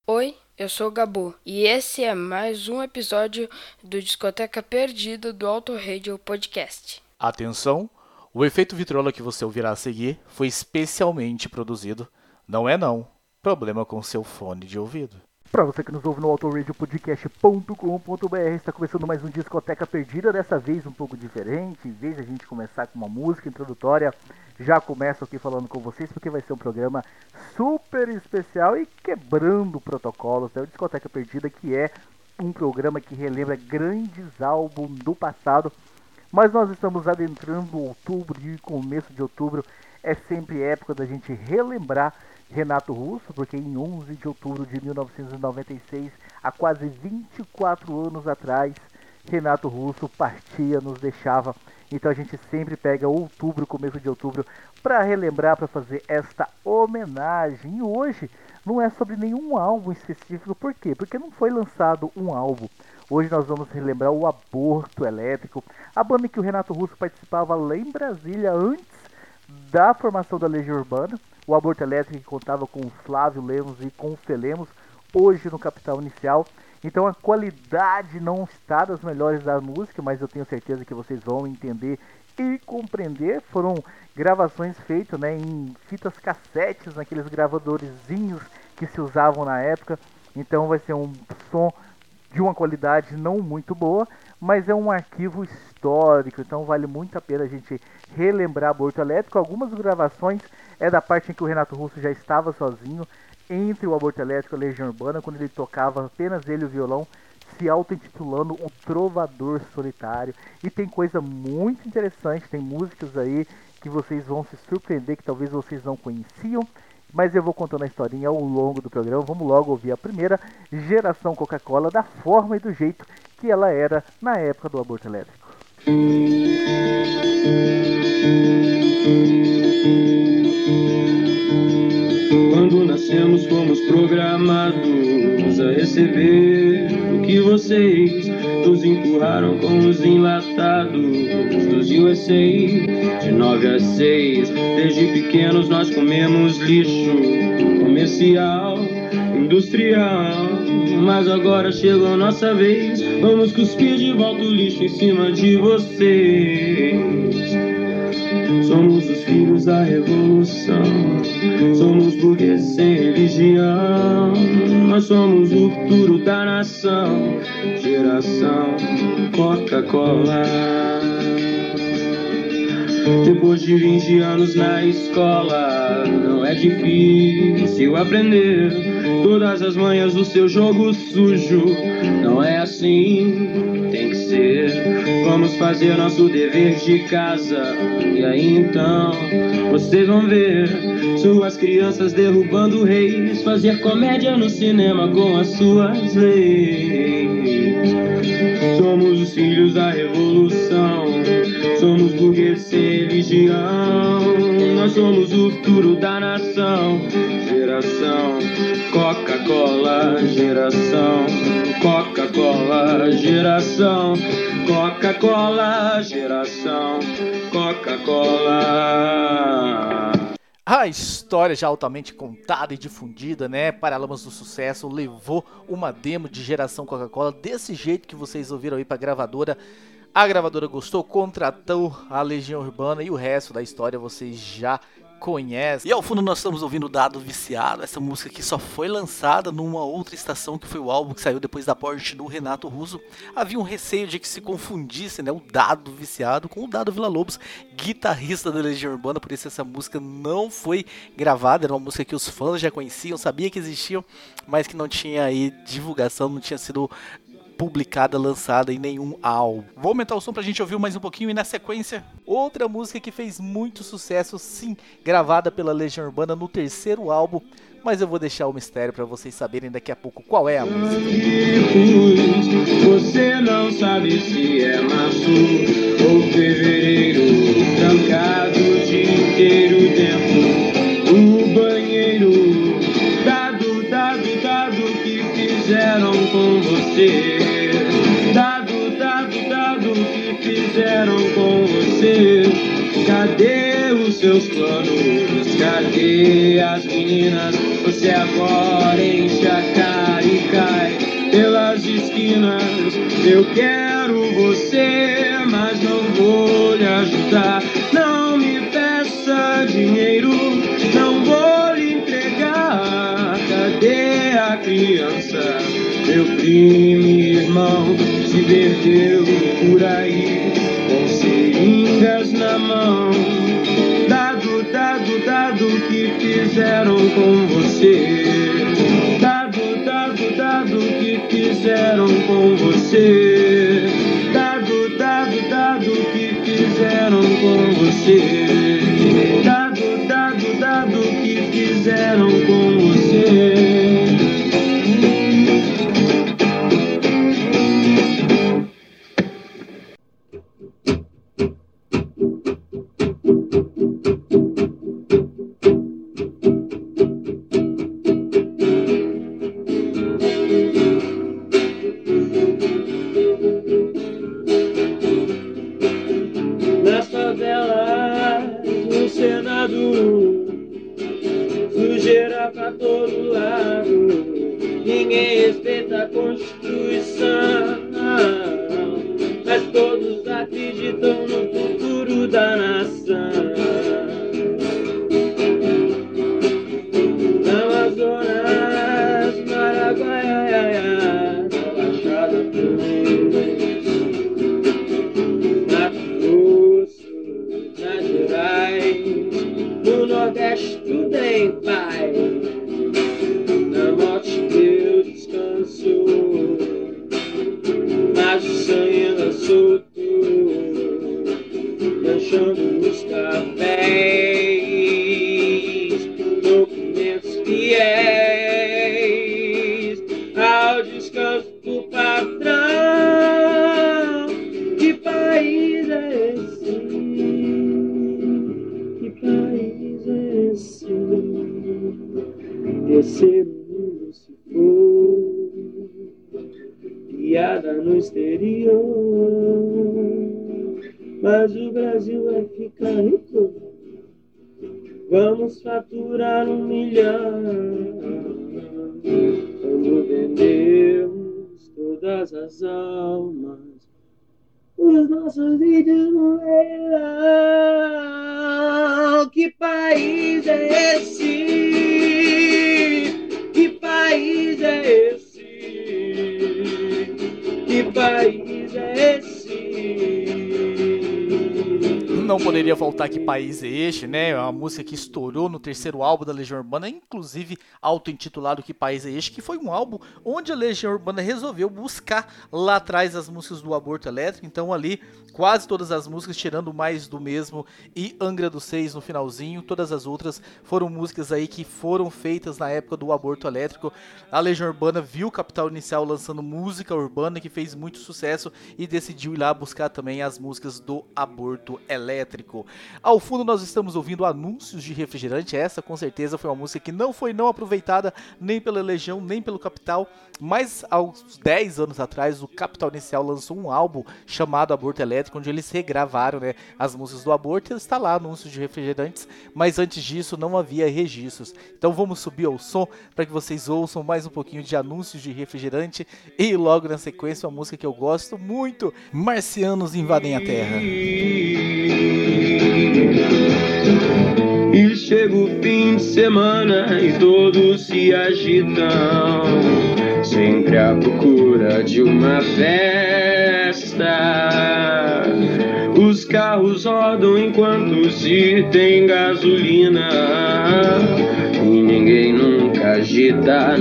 Oi, eu sou o Gabu e esse é mais um episódio do Discoteca Perdida do Auto Radio Podcast. Atenção, o efeito vitrola que você ouvirá a seguir foi especialmente produzido. Problema com seu fone de ouvido. Para você que nos ouve no autoradiopodcast.com.br, está começando mais um Discoteca Perdida, dessa vez um pouco diferente. Em vez de a gente começar com uma música introdutória, já começo aqui falando com vocês, porque vai ser um programa super especial e quebrando protocolos. O Discoteca Perdida, que é um programa que relembra grandes álbuns do passado, mas nós estamos adentrando outubro e começo de outubro é sempre época da gente relembrar Renato Russo, porque em 11 de outubro de 1996, há quase 24 anos atrás, Renato Russo partia, nos deixava. Então a gente sempre pega outubro, começo de outubro, para relembrar, para fazer esta homenagem. E hoje não é sobre nenhum álbum específico, por quê? Porque não foi lançado um álbum. Hoje nós vamos relembrar o Aborto Elétrico, a banda que o Renato Russo participava lá em Brasília antes da formação da Legião Urbana. O Aborto Elétrico, que contava com o Flávio Lemos e com o Felemos, hoje no Capital Inicial. Então a qualidade não está das melhores da música, mas eu tenho certeza que vocês vão entender e compreender. Foram gravações feitas, em fitas cassetes, naqueles gravadorzinhos que se usavam na época. Então vai ser um som de uma qualidade não muito boa, mas é um arquivo histórico, então vale muito a pena a gente relembrar Aborto Elétrico. Algumas gravações é da parte em que o Renato Russo já estava sozinho, entre o Aborto Elétrico e a Legião Urbana, quando ele tocava apenas ele e o violão, se auto-intitulando o Trovador Solitário. E tem coisa muito interessante, tem músicas aí que vocês vão se surpreender, que talvez vocês não conheciam, mas eu vou contando a historinha ao longo do programa. Vamos logo ouvir a primeira, Geração Coca-Cola, da forma e do jeito que ela era na época do Aborto Elétrico. Quando nascemos fomos programados a receber o que vocês nos empurraram com os enlatados dos USA. De 9 a 6, desde pequenos nós comemos lixo comercial, industrial. Mas agora chegou a nossa vez, vamos cuspir de volta o lixo em cima de vocês. Somos os filhos da revolução, somos burgueses sem religião. Nós somos o futuro da nação, geração Coca-Cola. Depois de 20 anos na escola, não é difícil aprender todas as manhas do seu jogo sujo. Não é assim, tem que ser. Vamos fazer nosso dever de casa, e aí então vocês vão ver suas crianças derrubando reis, fazer comédia no cinema com as suas leis. Somos os filhos da revolução, somos burgueses sem religião. Nós somos o futuro da nação, geração Coca-Cola, geração Coca-Cola, geração Coca-Cola, geração Coca-Cola. A história já altamente contada e difundida, Paralamas do Sucesso levou uma demo de Geração Coca-Cola desse jeito que vocês ouviram aí pra gravadora. A gravadora gostou, contratou a Legião Urbana e o resto da história vocês já conhecem. E ao fundo nós estamos ouvindo Dado Viciado, essa música que só foi lançada numa outra estação, que foi o álbum que saiu depois da morte do Renato Russo. Havia um receio de que se confundisse, o Dado Viciado com o Dado Villa-Lobos, guitarrista da Legião Urbana, por isso essa música não foi gravada. Era uma música que os fãs já conheciam, sabiam que existiam, mas que não tinha aí divulgação, não tinha sido publicada, lançada em nenhum álbum. Vou aumentar o som pra gente ouvir mais um pouquinho e na sequência, outra música que fez muito sucesso, sim, gravada pela Legião Urbana no terceiro álbum, mas eu vou deixar o mistério pra vocês saberem daqui a pouco qual é a música. Você não sabe se é março ou fevereiro, trancado o dia inteiro dentro do banheiro. Dado que fizeram com você. Dado que fizeram com você. Cadê os seus planos? Cadê as meninas? Você agora enche a cara esquinas. Eu quero você, mas não vou lhe ajudar. Não me peça dinheiro, não vou lhe entregar. Cadê a criança? Meu primo e irmão se perdeu por aí, com seringas na mão. Dado, dado, dado que fizeram com você. Dado, dado, dado que fizeram com você. Dado, dado, dado que fizeram com você. Dado, dado, dado que fizeram com você. Sujeira pra todo lado, ninguém respeita a Constituição, mas todos acreditam no futuro da nação. Amazonas, Maraguaia, Baixada Fluminense, Mato Grosso, Minas Gerais, no Nordeste tudo em paz. Na morte Deus descansou, mas o sangue anda solto, manchando os cafés, documentos fiéis ao descanso do patrão. Que país é esse? Que país é esse? Terceiro mundo se for, piada no exterior, mas o Brasil vai ficar rico. Vamos faturar 1 milhão quando vendermos todas as almas, os nossos vídeos no leilão. Que país é esse? Que país é esse? Que país é esse? Não poderia faltar Que País é Este, né? É uma música que estourou no terceiro álbum da Legião Urbana, inclusive auto-intitulado Que País é Este, que foi um álbum onde a Legião Urbana resolveu buscar lá atrás as músicas do aborto elétrico. Então ali, quase todas as músicas, tirando Mais do Mesmo e Angra dos Seis no finalzinho, todas as outras foram músicas aí que foram feitas na época do aborto elétrico. A Legião Urbana viu o Capital Inicial lançando música urbana que fez muito sucesso e decidiu ir lá buscar também as músicas do aborto elétrico. Ao fundo nós estamos ouvindo Anúncios de Refrigerante. Essa com certeza foi uma música que não foi não aproveitada nem pela Legião, nem pelo Capital, mas há uns 10 anos atrás o Capital Inicial lançou um álbum chamado Aborto Elétrico, onde eles regravaram, né, as músicas do aborto, e está lá Anúncios de Refrigerantes, mas antes disso não havia registros. Então vamos subir ao som para que vocês ouçam mais um pouquinho de Anúncios de Refrigerante e logo na sequência uma música que eu gosto muito, Marcianos Invadem a Terra. E chega o fim de semana e todos se agitam, sempre à procura de uma festa. Os carros rodam enquanto se tem gasolina e ninguém nunca agita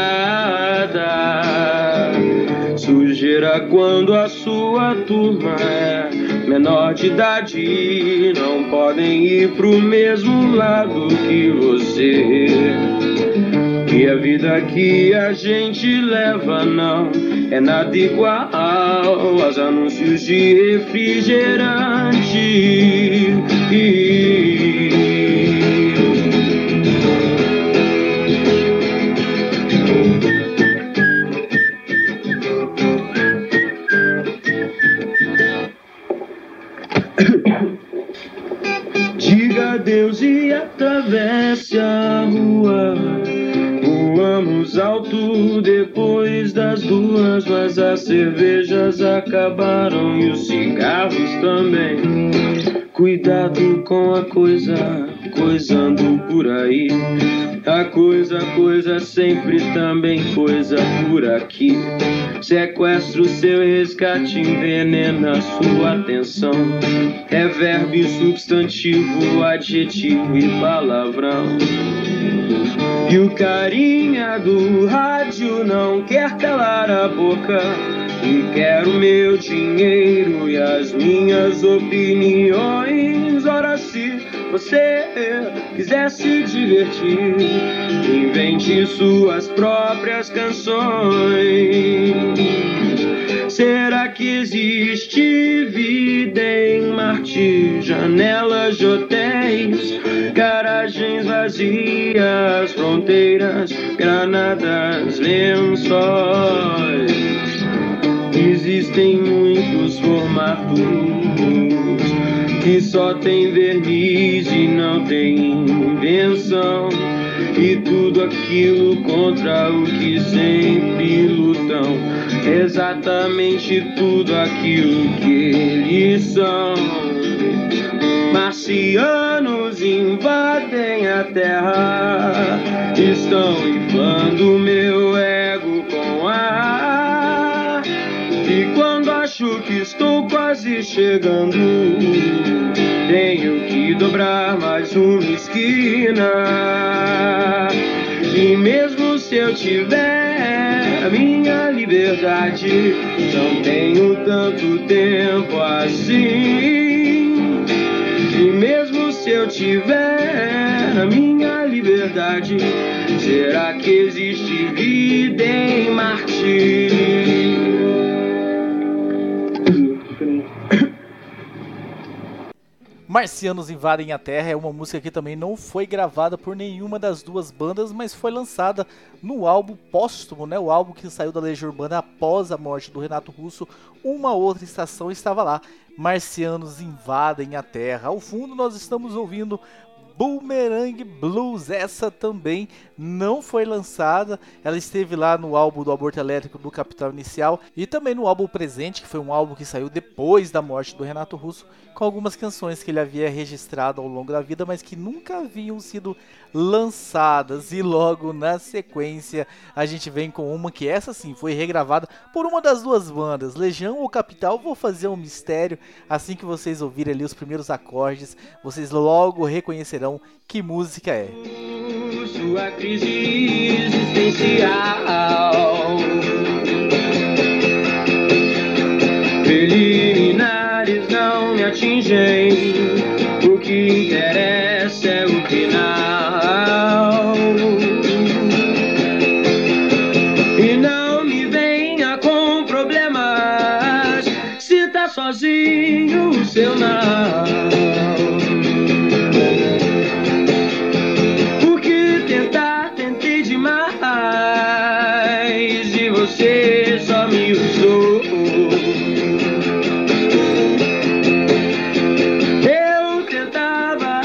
nada. Sujeira quando a sua turma é menor de idade, não podem ir pro mesmo lado que você. E a vida que a gente leva não é nada igual aos anúncios de refrigerante. Diga adeus e atravesse a rua. Voamos alto, depois das 2, mas as cervejas acabaram e os cigarros também. Cuidado com a coisando por aí. A coisa sempre também coisa por aqui. Sequestra o seu resgate, envenena sua atenção. É verbo e substantivo, adjetivo e palavrão. E o carinha do rádio não quer calar a boca. E quero meu dinheiro e as minhas opiniões. Ora, se você quiser se divertir, invente suas próprias canções. Será que existe vida em Marte? Janelas de hotéis, garagens vazias, fronteiras, granadas, lençóis. Existem muitos formatos que só tem verniz e não tem invenção. E tudo aquilo contra o que sempre lutam. Exatamente tudo aquilo que eles são. Marcianos invadem a Terra, estão inflando meu ego com ar. E quando acho que estou quase chegando, tenho que dobrar mais uma esquina. E mesmo se eu tiver a minha liberdade, não tenho tanto tempo assim. E mesmo se eu tiver a minha liberdade, será que existe vida em Marte? Marcianos Invadem a Terra é uma música que também não foi gravada por nenhuma das duas bandas, mas foi lançada no álbum póstumo, né? O álbum que saiu da Legião Urbana após a morte do Renato Russo. Uma outra estação estava lá, Marcianos Invadem a Terra. Ao fundo nós estamos ouvindo Boomerang Blues. Essa também não foi lançada, ela esteve lá no álbum do Aborto Elétrico do Capital Inicial e também no álbum Presente, que foi um álbum que saiu depois da morte do Renato Russo, com algumas canções que ele havia registrado ao longo da vida, mas que nunca haviam sido lançadas. E logo na sequência a gente vem com uma que essa sim foi regravada por uma das duas bandas, Legião ou Capital. Vou fazer um mistério, assim que vocês ouvirem ali os primeiros acordes, vocês logo reconhecerão que música é. Sua crise existencial, preliminares não me atingem, o que interessa é o final. E não me venha com problemas, se tá sozinho o seu não. Você só me usou. Eu tentava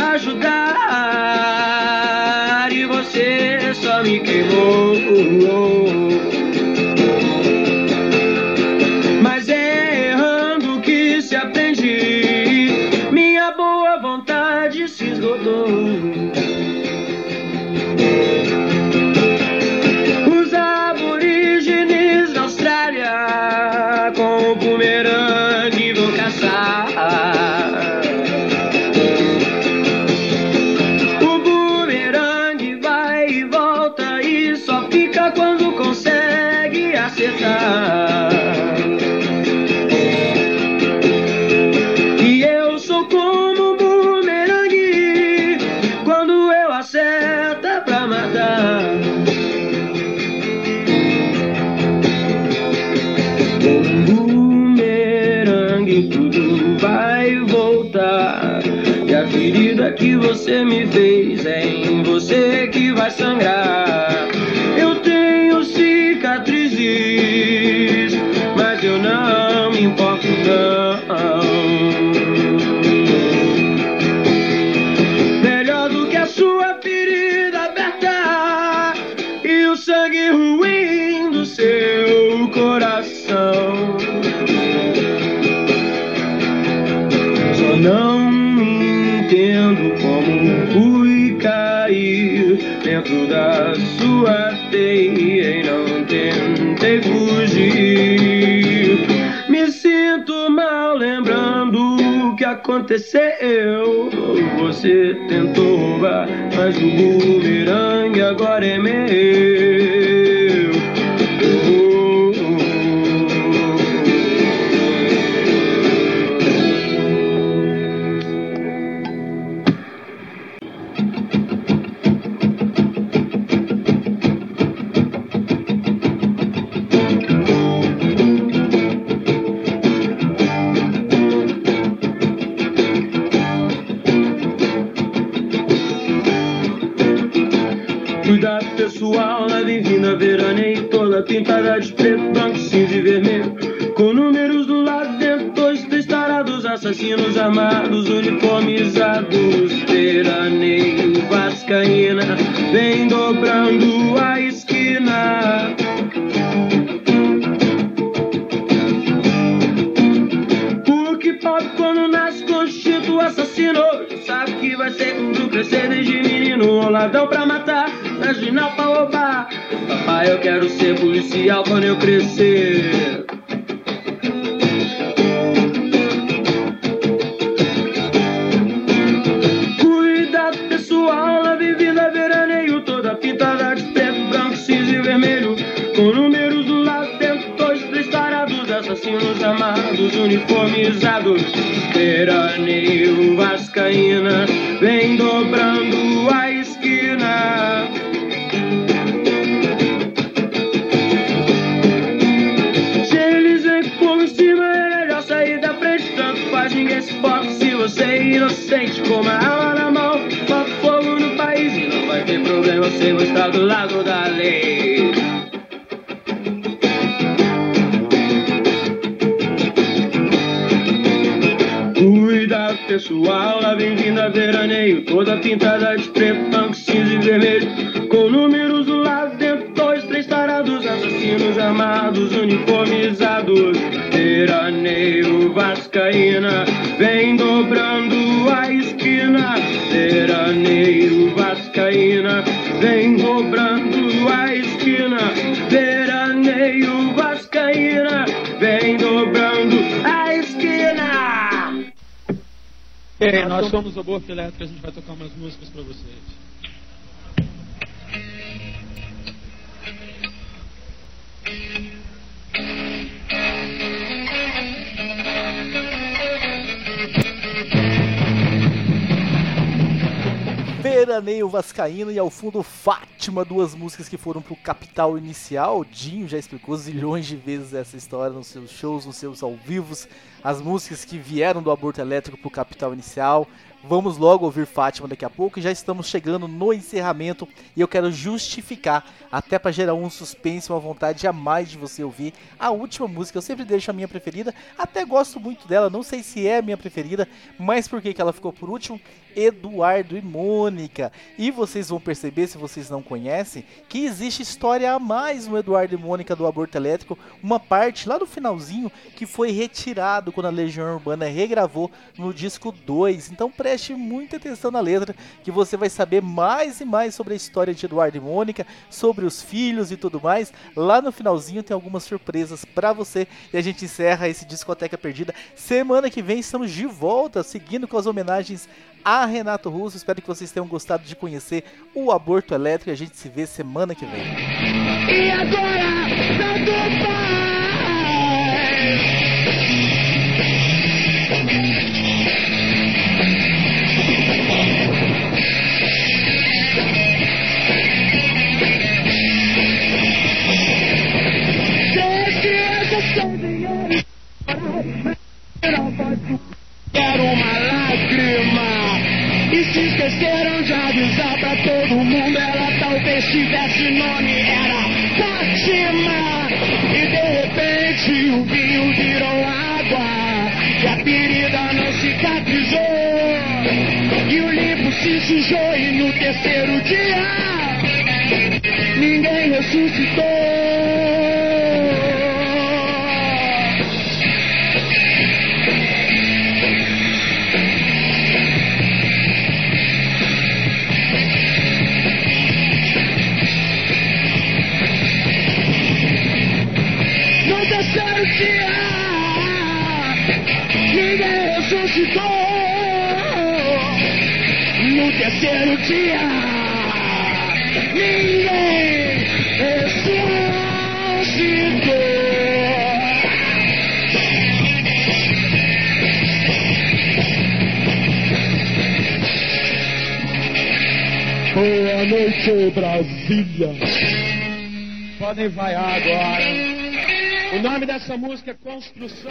ajudar e você só me queimou. Mas é errando que se aprende, minha boa vontade se esgotou. Com o bumerangue vou caçar. O bumerangue vai e volta e só fica quando consegue acertar. E eu sou como um bumerangue, quando eu acerto é pra matar. Tudo vai voltar. E a ferida que você me fez é em você que vai sangrar. Eu tenho cicatrizes, mas eu não me importo não. Melhor do que a sua ferida aberta e o sangue ruim do seu coração. Só não entendo como fui cair dentro da sua teia e não tentei fugir. Me sinto mal lembrando o que aconteceu. Você tentou roubar, mas o bumerangue agora é meu. Cuidado pessoal, na bem-vinda veraneio, toda pintada de preto, branco, cinza e vermelho, com números do lado dentro, 2, 3 tarados, assassinos armados, uniformizados. Veraneio, vascaína, vem dobrando a esquina. Porque pobre quando nasce constitui assassino, sabe que vai ser tudo crescer desde menino, roladão pra matar, marginal pra roubar. Papai, eu quero ser policial quando eu crescer. Cuidado pessoal, na bem-vinda veraneio, toda pintada de preto, branco, cinza e vermelho, com números do lado dentro, 2, 3 tarados, assassinos armados, uniformizados. Veraneio, vascaína, vem dobrando a esquina. Se eles vêm com fogo em cima, é melhor sair da frente, tanto faz, ninguém se importa se você é inocente. Com uma arma na mão, bota fogo no país e não vai ter problema se você estar do lado da lei. Cuidado pessoal, na bem-vinda veraneio, toda pintada de preto, branco, cinza e vermelho, com números do lado dentro, 2, 3 tarados, assassinos armados, uniformizados. Veraneio, vascaína, vem dobrando a esquina. Veraneio, vascaína, vem dobrando a esquina. Veraneio, vascaína, vem dobrando a esquina. Nós somos o Aborto Elétrico, a gente vai tocar umas músicas pra vocês. Veraneio vascaíno e ao fundo Fátima, duas músicas que foram pro Capital Inicial. O Dinho já explicou zilhões de vezes essa história nos seus shows, nos seus ao vivos, as músicas que vieram do Aborto Elétrico pro Capital Inicial. Vamos logo ouvir Fátima daqui a pouco e já estamos chegando no encerramento e eu quero justificar, até para gerar um suspense, uma vontade a mais de você ouvir a última música. Eu sempre deixo a minha preferida, até gosto muito dela, não sei se é a minha preferida, mas por que ela ficou por último? Eduardo e Mônica. E vocês vão perceber, se vocês não conhecem, que existe história a mais no Eduardo e Mônica do Aborto Elétrico, uma parte lá no finalzinho que foi retirado quando a Legião Urbana regravou no disco 2. Então preste muita atenção na letra, que você vai saber mais e mais sobre a história de Eduardo e Mônica, sobre os filhos e tudo mais. Lá no finalzinho tem algumas surpresas pra você e a gente encerra esse Discoteca Perdida. Semana que vem estamos de volta, seguindo com as homenagens a Renato Russo. Espero que vocês tenham gostado de conhecer o Aborto Elétrico e a gente se vê semana que vem. E agora, Santo Pai! Quero uma lágrima. E se esqueceram de avisar pra todo mundo, ela talvez tivesse nome, era Fátima. E de repente o vinho virou água e a ferida não cicatrizou, e o limpo se sujou, e no terceiro dia ninguém ressuscitou. dia ninguém ressuscitou. No terceiro dia ninguém ressuscitou. Boa noite, Brasília. Podem vaiar agora. O nome dessa música é Construção.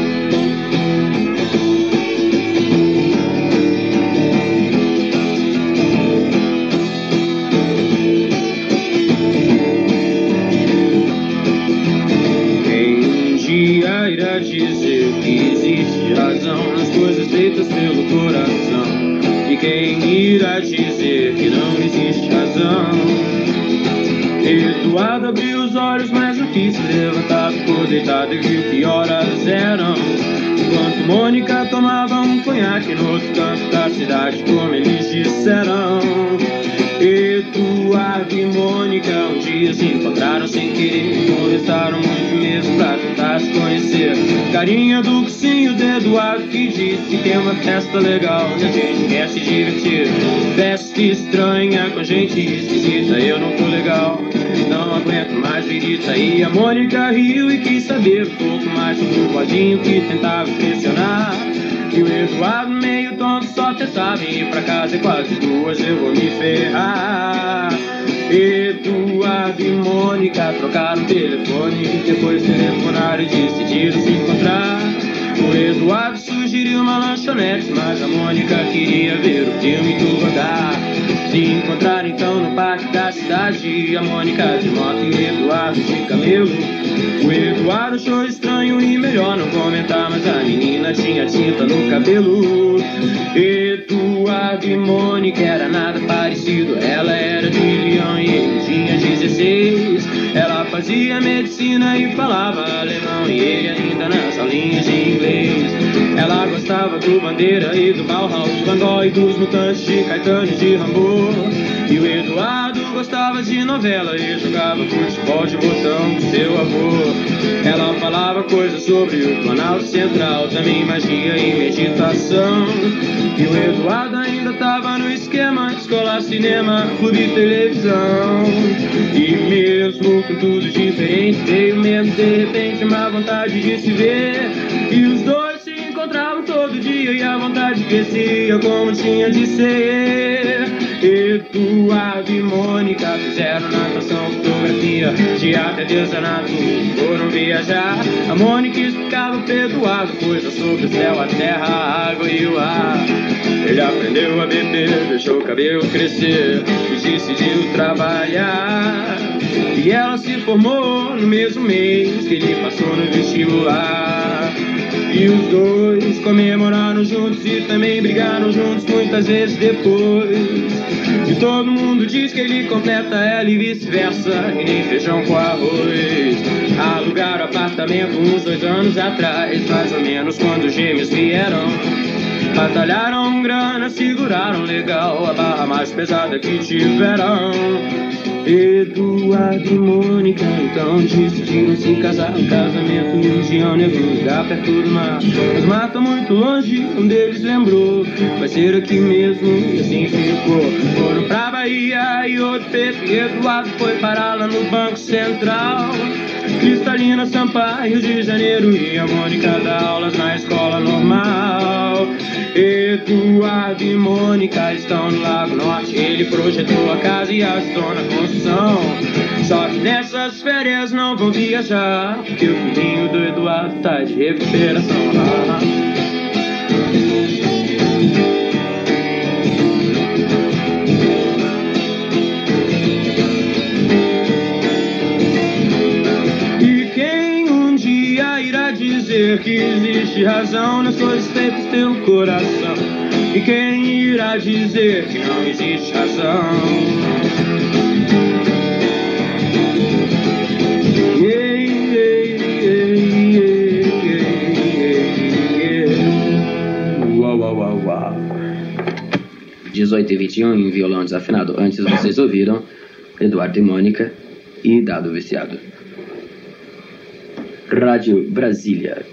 Quem um dia irá dizer que existe razão nas coisas feitas pelo coração? E quem irá dizer que não existe razão? Eduardo abriu os olhos, mas não quis se levantar. Ficou deitado e viu que horas eram. Enquanto Mônica tomava um conhaque no outro canto da cidade, como eles disseram. Eduardo e Mônica um dia se encontraram sem querer. Conversaram muito mesmo pra tentar se conhecer. Carinha do cursinho de Eduardo que disse que tem uma festa legal onde a gente quer se divertir. Festa estranha com gente esquisita, eu não tô legal, não aguento mais virita. E a Mônica riu e quis saber um pouco mais sobre o bodinho que tentava impressionar. E o Eduardo meio tonto só pensava em ir pra casa e quase duas eu vou me ferrar. Eduardo e Mônica trocaram telefone, depois telefonaram e decidiram se encontrar. O Eduardo sugeriu uma lanchonete, mas a Mônica queria ver o filme do Hangar. Se encontraram então no parque da cidade, a Mônica de moto e o Eduardo de camelo. O Eduardo achou estranho e melhor não comentar, mas a menina tinha tinta no cabelo. Eduardo e Mônica era nada parecido, ela era de Leão e ele tinha 16. Ela fazia medicina e falava alemão e ele ainda nas aulinhas de inglês. Ela gostava do Bandeira e do Bauhaus, de Van Gogh e dos Mutantes, de Caetano e de Rambo. E o Eduardo gostava de novela e jogava futebol de botão com seu avô. Ela falava coisas sobre o Planalto Central, também magia e meditação. E o Eduardo ainda tava no esquema: escola, cinema, clube, televisão. E mesmo com tudo diferente, veio mesmo de repente uma vontade de se ver. E os dois se encontravam todo dia e a vontade crescia como tinha de ser. Eduardo e Mônica fizeram natação, fotografia, teatro, artesanato, foram viajar. A Mônica explicava pro Eduardo coisas sobre o céu, a terra, a água e o ar. Ele aprendeu a beber, deixou o cabelo crescer e decidiu trabalhar. E ela se formou no mesmo mês que ele passou no vestibular. E os dois comemoraram juntos e também brigaram juntos muitas vezes depois. E todo mundo diz que ele completa ela e vice-versa, e nem feijão com arroz. Alugaram apartamento uns 2 anos atrás, mais ou menos quando os gêmeos vieram. Batalharam grana, seguraram legal a barra mais pesada que tiveram. Eduardo e Mônica então decidiram se casar. Um casamento em região negra, um lugar perto do mar. Mas mata muito longe, um deles lembrou: vai ser aqui mesmo, e assim ficou. Foram pra Bahia e Ouro Preto, e Eduardo foi parar lá no Banco Central. Cristalina, Sampaio, Rio de Janeiro, e a Mônica dá aulas na escola normal. Eduardo e Mônica estão no Lago Norte, ele projetou a casa e ajudou na construção. Só que nessas férias não vão viajar, porque o filhinho do Eduardo tá de recuperação. Que existe razão nas coisas feitas pelo coração. E quem irá dizer que não existe razão? Uau, uau, uau, uau. 18h21 em violão desafinado. Antes vocês ouviram Eduardo e Mônica e Dado Viciado. Rádio Brasília.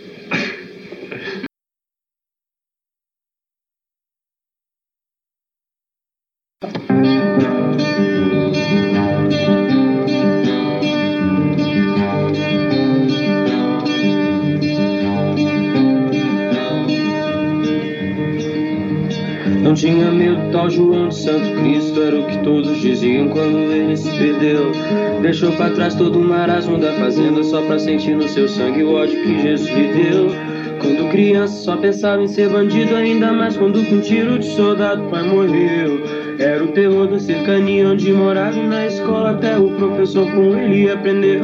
Não tinha medo, tal João de Santo Cristo, era o que todos diziam quando ele se perdeu. Deixou pra trás todo o marasmo da fazenda, só pra sentir no seu sangue o ódio que Jesus lhe deu. Quando criança só pensava em ser bandido, ainda mais quando com tiro de soldado o pai morreu. Era o terror da cercania onde morava, e na escola até o professor com ele aprendeu.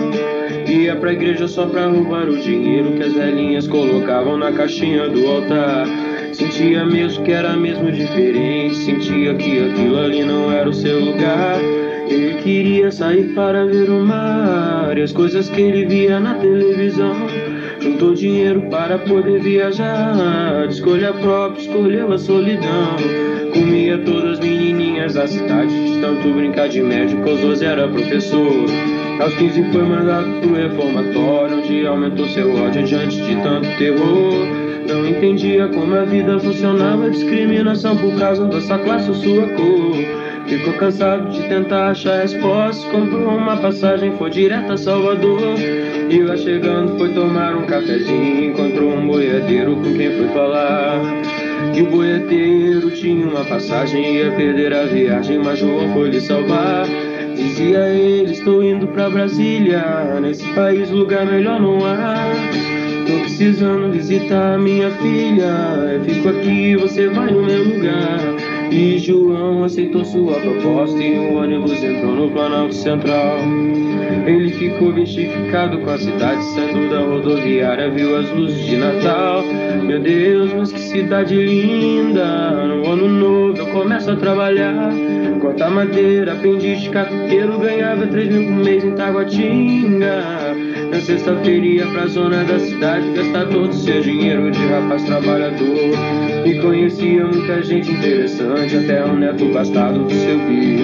Ia pra igreja só pra roubar o dinheiro que as velhinhas colocavam na caixinha do altar. Sentia mesmo que era mesmo diferente, sentia que aquilo ali não era o seu lugar. Ele queria sair para ver o mar e as coisas que ele via na televisão. Juntou dinheiro para poder viajar, de escolha própria escolheu a solidão. Comia todas as menininhas da cidade, de tanto brincar de médico, aos 12 era professor. Aos 15 foi mandado pro reformatório, onde aumentou seu ódio diante de tanto terror. Não entendia como a vida funcionava, discriminação por causa da sua classe ou sua cor. Ficou cansado de tentar achar respostas, comprou uma passagem, foi direto a Salvador. E lá chegando foi tomar um cafezinho, encontrou um boiadeiro com quem foi falar. E o boiadeiro tinha uma passagem, ia perder a viagem, mas João foi lhe salvar. Dizia ele, estou indo pra Brasília, nesse país lugar melhor não há. Tô precisando visitar minha filha, eu fico aqui, você vai no meu lugar. E João aceitou sua proposta e o ônibus entrou no Planalto Central. Ele ficou bestificado com a cidade, saindo da rodoviária, viu as luzes de Natal. Meu Deus, mas que cidade linda, no ano novo eu começo a trabalhar. Cortar madeira, aprendi de carteiro, ganhava 3 mil por mês em Taguatinga. Na sexta-feira ia pra zona da cidade, gastar todo o seu dinheiro de rapaz trabalhador. E conhecia muita gente interessante, até um neto bastardo do seu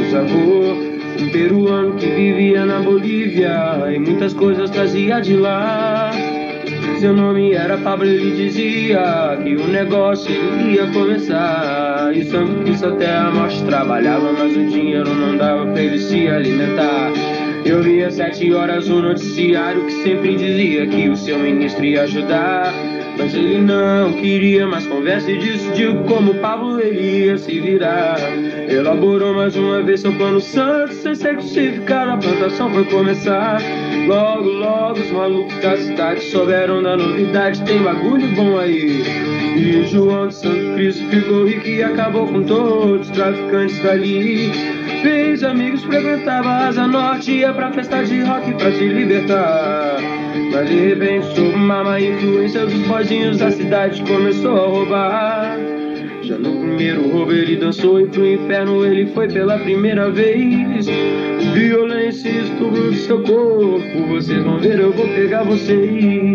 bisavô. Um peruano que vivia na Bolívia e muitas coisas trazia de lá. Seu nome era Pablo, ele dizia que o negócio ia começar. E o Santo Cristo até a morte trabalhava, mas o dinheiro não dava pra ele se alimentar. Eu via às 7 horas o noticiário que sempre dizia que o seu ministro ia ajudar. Mas ele não queria mais conversa e decidiu como Pablo ele ia se virar. Elaborou mais uma vez seu plano santo, sem ser crucificado, a plantação foi começar. Logo, logo os malucos da cidade souberam da novidade, tem bagulho bom aí. E João de Santo Cristo ficou rico e acabou com todos os traficantes dali. Fez amigos, frequentava a Asa Norte, ia pra festa de rock pra se libertar. Mas de repente, sob uma má influência dos boizinhos da cidade, começou a roubar. Já no primeiro roubo ele dançou e pro inferno ele foi pela primeira vez. Violência e estupro do seu corpo, vocês vão ver, eu vou pegar vocês.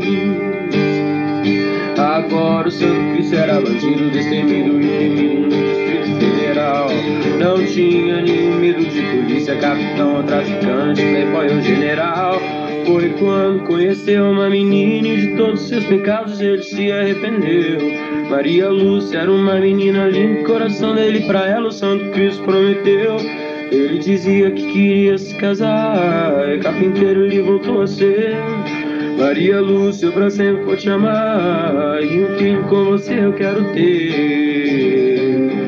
Agora o Santo Cristo era bandido, destemido e temido no Distrito Federal. Não tinha nenhum medo de polícia, capitão ou traficante, playboy ou general. Foi quando conheceu uma menina e de todos seus pecados ele se arrependeu. Maria Lúcia era uma menina linda, o coração dele pra ela o Santo Cristo prometeu. Ele dizia que queria se casar, e carpinteiro ele voltou a ser. Maria Lúcia, eu pra sempre vou te amar, e um filho com você eu quero ter.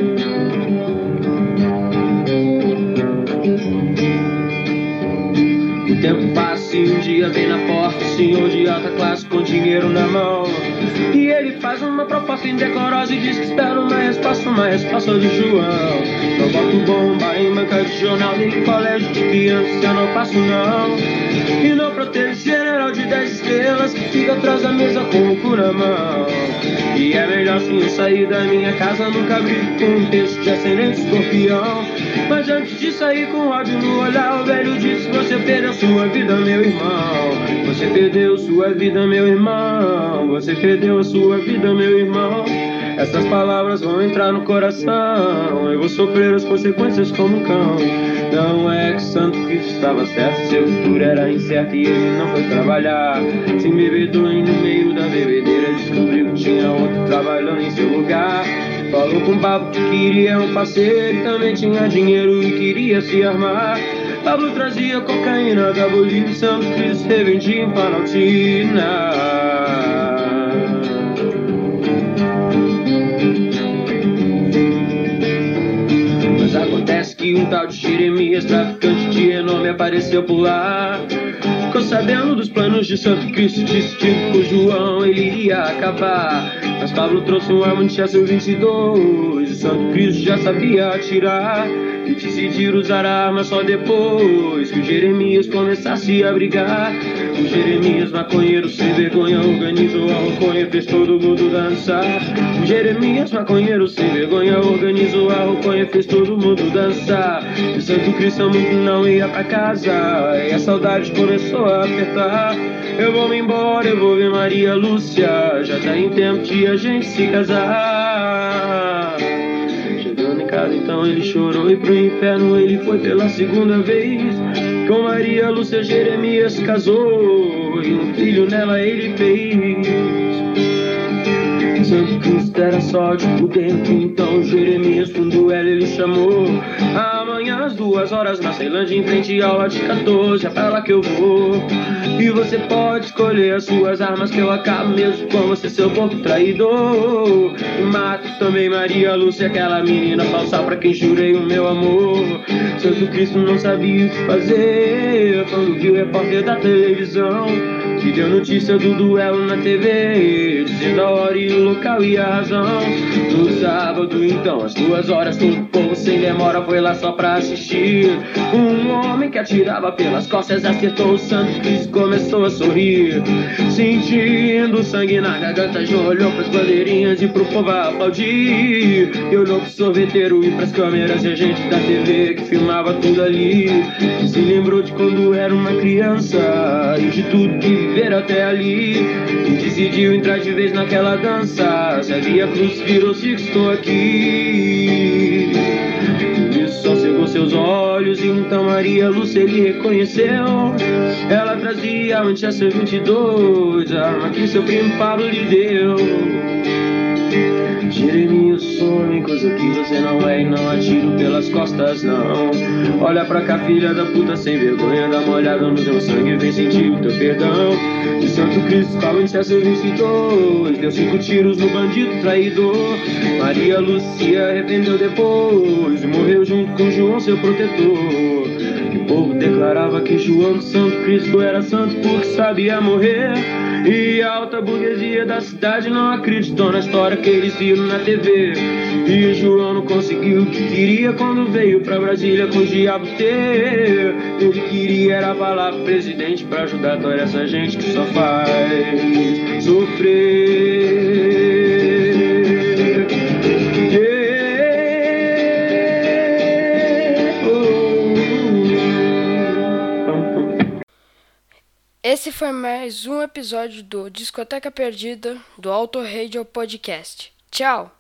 O tempo passa e um dia vem na porta o senhor de alta classe com dinheiro na mão. E ele faz uma proposta indecorosa e diz que espera uma resposta do João. Não boto bomba em banca de jornal, nem em colégio de criança eu não faço não. E não protejo general de 10 estrelas que fica atrás da mesa com o cu na mão. E é melhor sim eu sair da minha casa, nunca brigo com um texto de ascendente escorpião. Mas antes de sair com ódio no olhar, o velho disse: você perdeu sua vida, meu irmão. Você perdeu sua vida, meu irmão. Você perdeu a sua vida, meu irmão. Essas palavras vão entrar no coração, eu vou sofrer as consequências como um cão. Não é que Santo Cristo estava certo, seu futuro era incerto e ele não foi trabalhar. Se embebedou e no meio da bebedeira descobriu que tinha outro trabalhando em seu lugar. Falou com o Pablo que queria um parceiro, também tinha dinheiro e queria se armar. Pablo trazia cocaína da Bolívia, Santo Cristo revendia em Planaltina. Mas acontece que um tal de Jeremias, traficante de renome, apareceu por lá. Ficou sabendo dos planos de Santo Cristo, disse que com João ele iria acabar. Mas Pablo trouxe um arma de Chester 22, e Santo Cristo já sabia atirar. E decidiram usar a arma só depois que o Jeremias começasse a brigar. O Jeremias, maconheiro sem vergonha, organizou a roconha, fez todo mundo dançar. O Jeremias, maconheiro sem vergonha, organizou a roconha, fez todo mundo dançar. E Santo Cristo muito não ia pra casa, e a saudade começou a apertar. Eu vou me embora, eu vou ver Maria Lúcia, já tá em tempo de a gente se casar. Chegando em casa então ele chorou e pro inferno ele foi pela segunda vez. Com Maria Lúcia Jeremias casou e um filho nela ele fez. Santo Cristo era só de por dentro, então Jeremias pro duelo ele chamou. Amanhã às 2h na Ceilândia, em frente ao lote 14, é pra lá que eu vou. E você pode escolher as suas armas, que eu acabo mesmo com você, seu porco traidor. E mato também Maria Lúcia, aquela menina falsa pra quem jurei o meu amor. Santo Cristo não sabia o que fazer quando viu o repórter da televisão que deu notícia do duelo na TV, dizendo a hora e o local e a razão. No sábado então, às 2h, todo o povo sem demora foi lá só pra assistir. Um homem que atirava pelas costas acertou o Santo Cristo, começou a sorrir. Sentindo sangue na garganta, João olhou pras bandeirinhas e pro povo aplaudir. E olhou pro sorveteiro e pras câmeras e a gente da TV que filmava tudo ali. E se lembrou de quando era uma criança e de tudo que viveram até ali. E decidiu entrar de vez naquela dança. Se havia cruz virou-se que estou aqui. Isso só cegou seus olhos e então Maria Lúcia ele reconheceu. Ela trazia a Manchester 22, a arma que seu primo Pablo lhe deu. Jeremias, some, coisa que você não é, e não atiro pelas costas não. Olha pra cá, filha da puta sem vergonha, dá uma olhada no seu sangue, vem sentir o teu perdão. De Santo Cristo, calma em César 22, deu 5 tiros no bandido traidor. Maria Lúcia arrependeu depois e morreu junto com João, seu protetor. E o povo declarava que João de Santo Cristo era santo porque sabia morrer. E a alta burguesia da cidade não acreditou na história que eles viram na TV. E João não conseguiu o que queria quando veio pra Brasília com o diabo ter. Ele queria era falar pro presidente pra ajudar toda essa gente que só faz sofrer. Esse foi mais um episódio do Discoteca Perdida do Auto Radio Podcast. Tchau!